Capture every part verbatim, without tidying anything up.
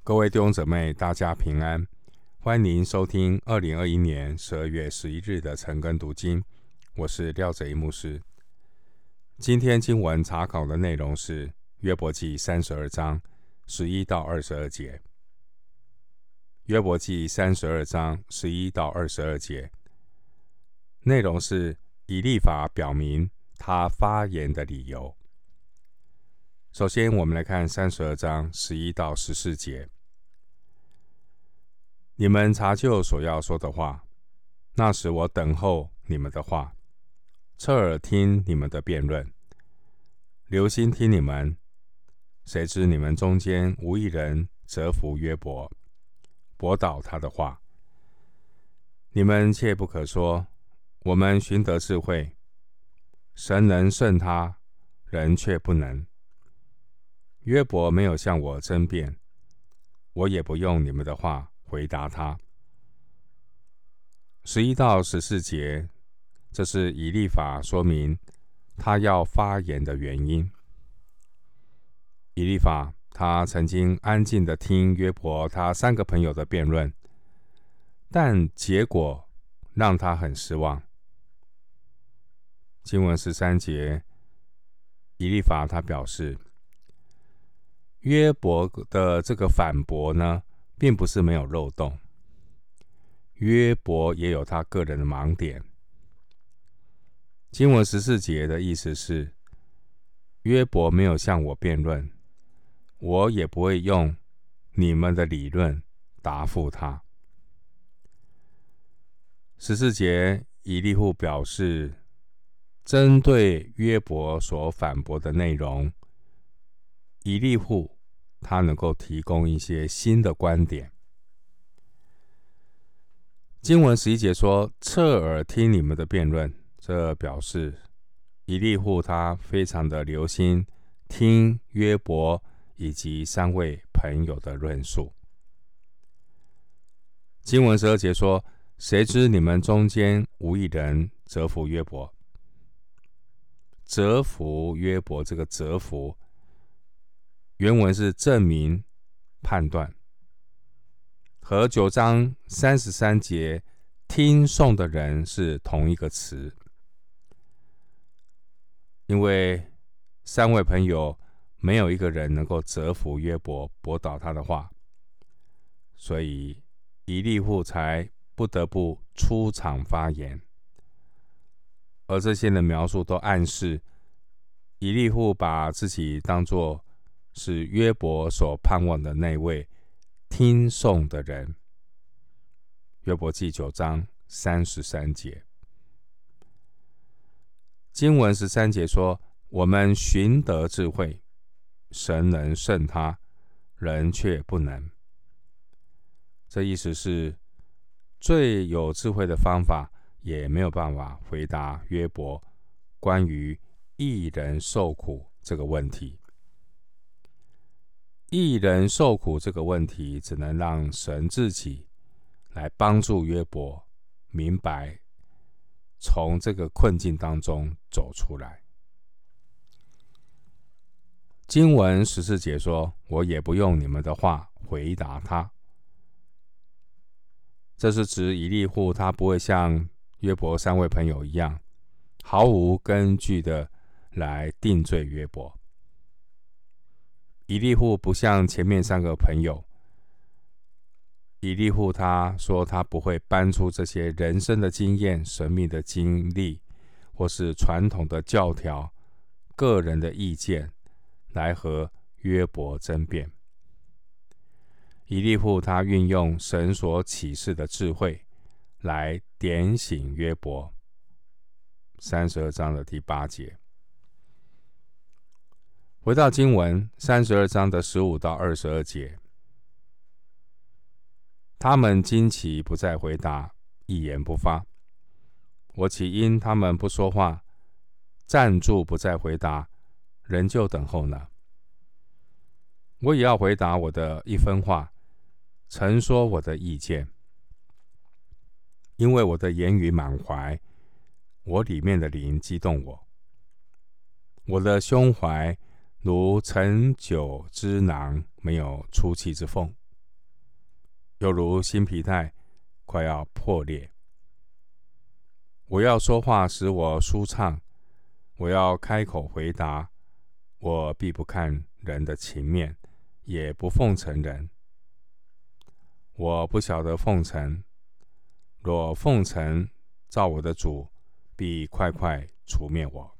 各位弟兄姊妹，大家平安，欢迎您收听二零二一年十二月十一日的晨更读经。我是廖哲一牧师。今天经文查考的内容是约伯记三十二章十一到二十二节。约伯记三十二章十一到二十二节，内容是以利法表明他发言的理由。首先，我们来看三十二章十一到十四节。你们查究所要说的话，那时我等候你们的话，侧耳听你们的辩论，留心听你们。谁知你们中间无一人折服约伯，驳倒他的话。你们切不可说，我们寻得智慧，神能胜他，人却不能。约伯没有向我争辩，我也不用你们的话回答他。十一到十四节，这是以利法说明他要发言的原因。以利法他曾经安静地听约伯他三个朋友的辩论，但结果让他很失望。经文十三节，以利法他表示，约伯的这个反驳呢，并不是没有漏洞，约伯也有他个人的盲点。经文十四节的意思是，约伯没有向我辩论，我也不会用你们的理论答复他。十四节，以利户表示，针对约伯所反驳的内容，以利户他能够提供一些新的观点。经文十一节说，侧耳听你们的辩论，这表示以利户他非常的留心听约伯以及三位朋友的论述。经文十二节说，谁知你们中间无一人折服约伯。折服约伯，这个折服原文是证明、判断，和九章三十三节听讼的人是同一个词。因为三位朋友没有一个人能够折服约伯，驳倒他的话，所以以利户才不得不出场发言。而这些的描述都暗示以利户把自己当作是约伯所盼望的那位听讼的人。约伯记九章三十三节，经文十三节说，我们寻得智慧，神能胜他，人却不能。这意思是，最有智慧的方法也没有办法回答约伯关于义人受苦这个问题。义人受苦这个问题，只能让神自己来帮助约伯明白从这个困境当中走出来。经文十四节说，我也不用你们的话回答他。这是指以利户他不会像约伯三位朋友一样毫无根据的来定罪约伯。以利户不像前面三个朋友，以利户他说他不会搬出这些人生的经验、神秘的经历，或是传统的教条、个人的意见来和约伯争辩。以利户他运用神所启示的智慧来点醒约伯。三十二章的第八节。回到经文三十二章的十五到二十二节，他们惊奇不再回答，一言不发。我岂因他们不说话，站住不再回答，仍旧等候呢？我也要回答我的一分话，陈说我的意见。因为我的言语满怀，我里面的灵激动我，我的胸怀如盛酒之囊，没有出气之缝。 犹如新皮带快要破裂。我要说话使我舒畅，我要开口回答，我必不看人的情面，也不奉承人。我不晓得奉承，若奉承，照我的主必快快除灭我。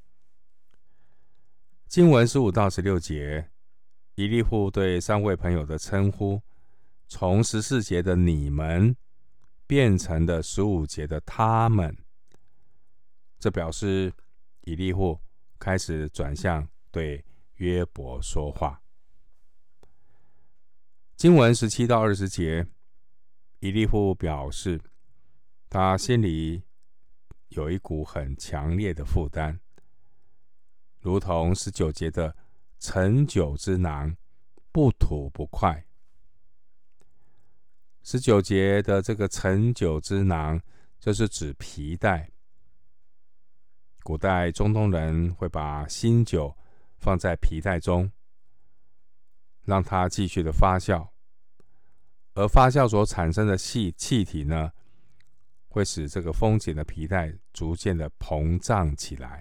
经文十五到十六节，以利户对三位朋友的称呼，从十四节的你们变成了十五节的他们，这表示以利户开始转向对约伯说话。经文十七到二十节，以利户表示他心里有一股很强烈的负担，如同十九节的盛酒之囊，不吐不快。十九节的这个盛酒之囊，这是指皮带。古代中东人会把新酒放在皮带中，让它继续的发酵，而发酵所产生的气气体呢，会使这个封紧的皮带逐渐的膨胀起来。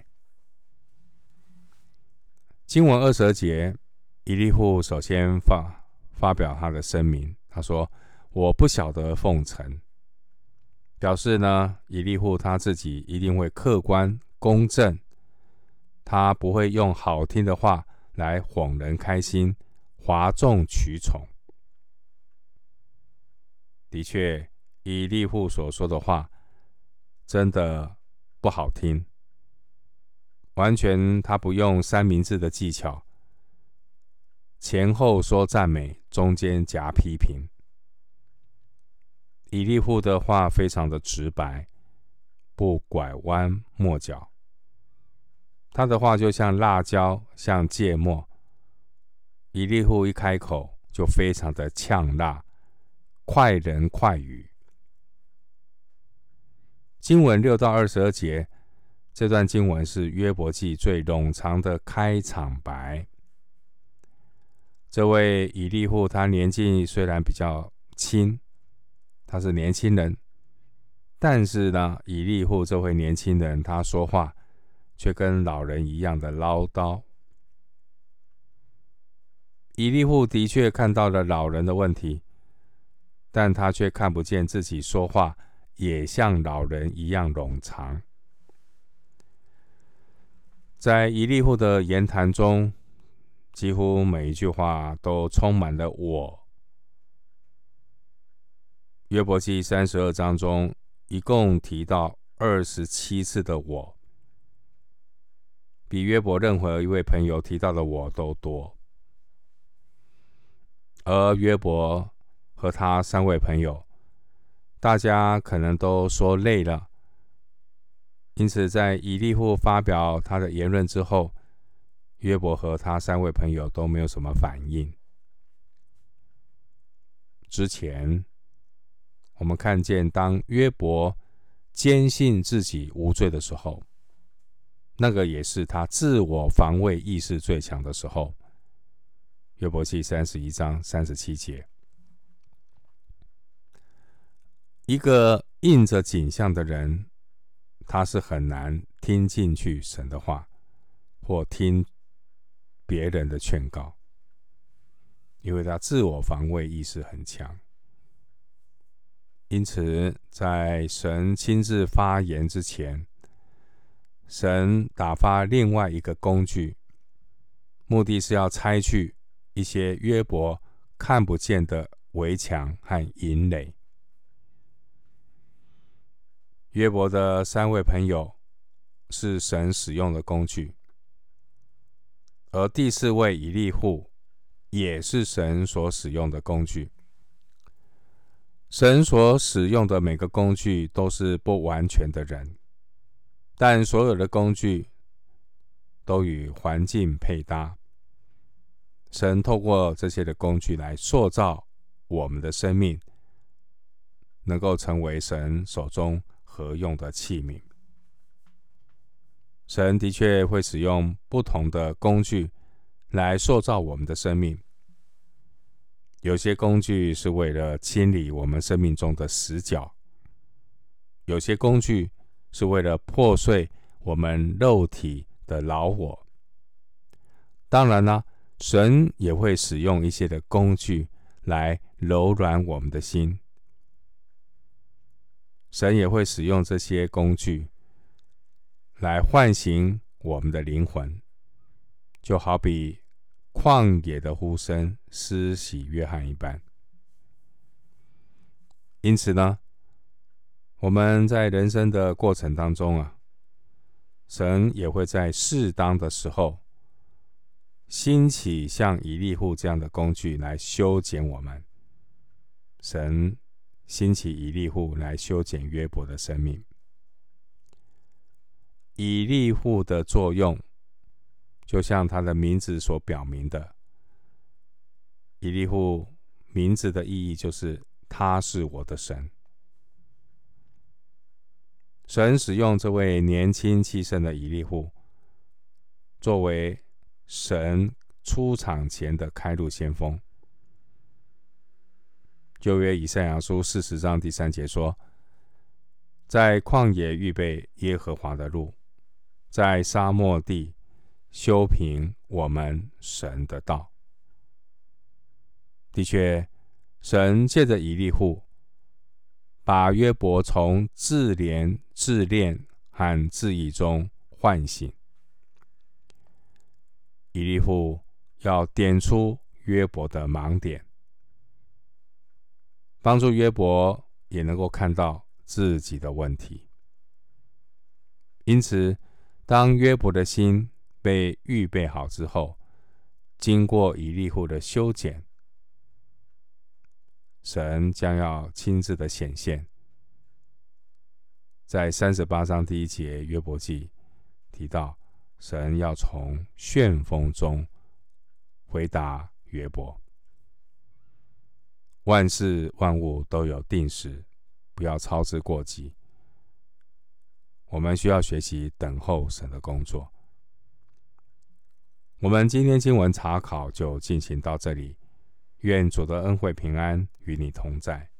经文二十二节，以利户首先发发表他的声明，他说：“我不晓得奉承。”表示呢，以利户他自己一定会客观公正，他不会用好听的话来哄人开心，哗众取宠。的确，以利户所说的话真的不好听，完全他不用三明治的技巧，前后说赞美，中间夹批评。以利户的话非常的直白，不拐弯抹角。他的话就像辣椒，像芥末。以利户一开口就非常的呛辣，快人快语。经文六到二十二节，这段经文是约伯记最冗长的开场白。这位以利户他年纪虽然比较轻，他是年轻人，但是呢，以利户这位年轻人他说话却跟老人一样的唠叨。以利户的确看到了老人的问题，但他却看不见自己说话也像老人一样冗长。在以利户的言谈中，几乎每一句话都充满了我。约伯记三十二章中一共提到二十七次的我，比约伯任何一位朋友提到的我都多。而约伯和他三位朋友，大家可能都说累了，因此在以利户发表他的言论之后，约伯和他三位朋友都没有什么反应。之前我们看见，当约伯坚信自己无罪的时候，那个也是他自我防卫意识最强的时候。约伯记三十一章三十七节，一个印着景象的人，他是很难听进去神的话，或听别人的劝告，因为他自我防卫意识很强。因此，在神亲自发言之前，神打发另外一个工具，目的是要拆去一些约伯看不见的围墙和营垒。约伯的三位朋友是神使用的工具，而第四位以利户也是神所使用的工具。神所使用的每个工具都是不完全的人，但所有的工具都与环境配搭。神透过这些的工具来塑造我们的生命，能够成为神手中合用的器皿。神的确会使用不同的工具来塑造我们的生命。 有些工具是为了清理我们生命中的死角，有些工具是为了破碎我们肉体的老我。当然呢，神也会使用一些的工具来柔软我们的心。神也会使用这些工具来唤醒我们的灵魂，就好比旷野的呼声施洗约翰一般。因此呢，我们在人生的过程当中啊，神也会在适当的时候兴起像以利户这样的工具来修剪我们。神兴起以利户来修剪约伯的生命。以利户的作用就像他的名字所表明的，以利户名字的意义就是他是我的神。神使用这位年轻气盛的以利户作为神出场前的开路先锋。旧约以赛亚书四十章第三节说，在旷野预备耶和华的路，在沙漠地修平我们神的道。的确，神借着以利户把约伯从自怜、自恋和自义中唤醒。以利户要点出约伯的盲点，帮助约伯也能够看到自己的问题。因此，当约伯的心被预备好之后，经过以利户的修剪，神将要亲自的显现。在三十八章第一节约伯记提到，神要从旋风中回答约伯。万事万物都有定时，不要操之过急。我们需要学习等候神的工作。我们今天经文查考就进行到这里，愿主的恩惠平安与你同在。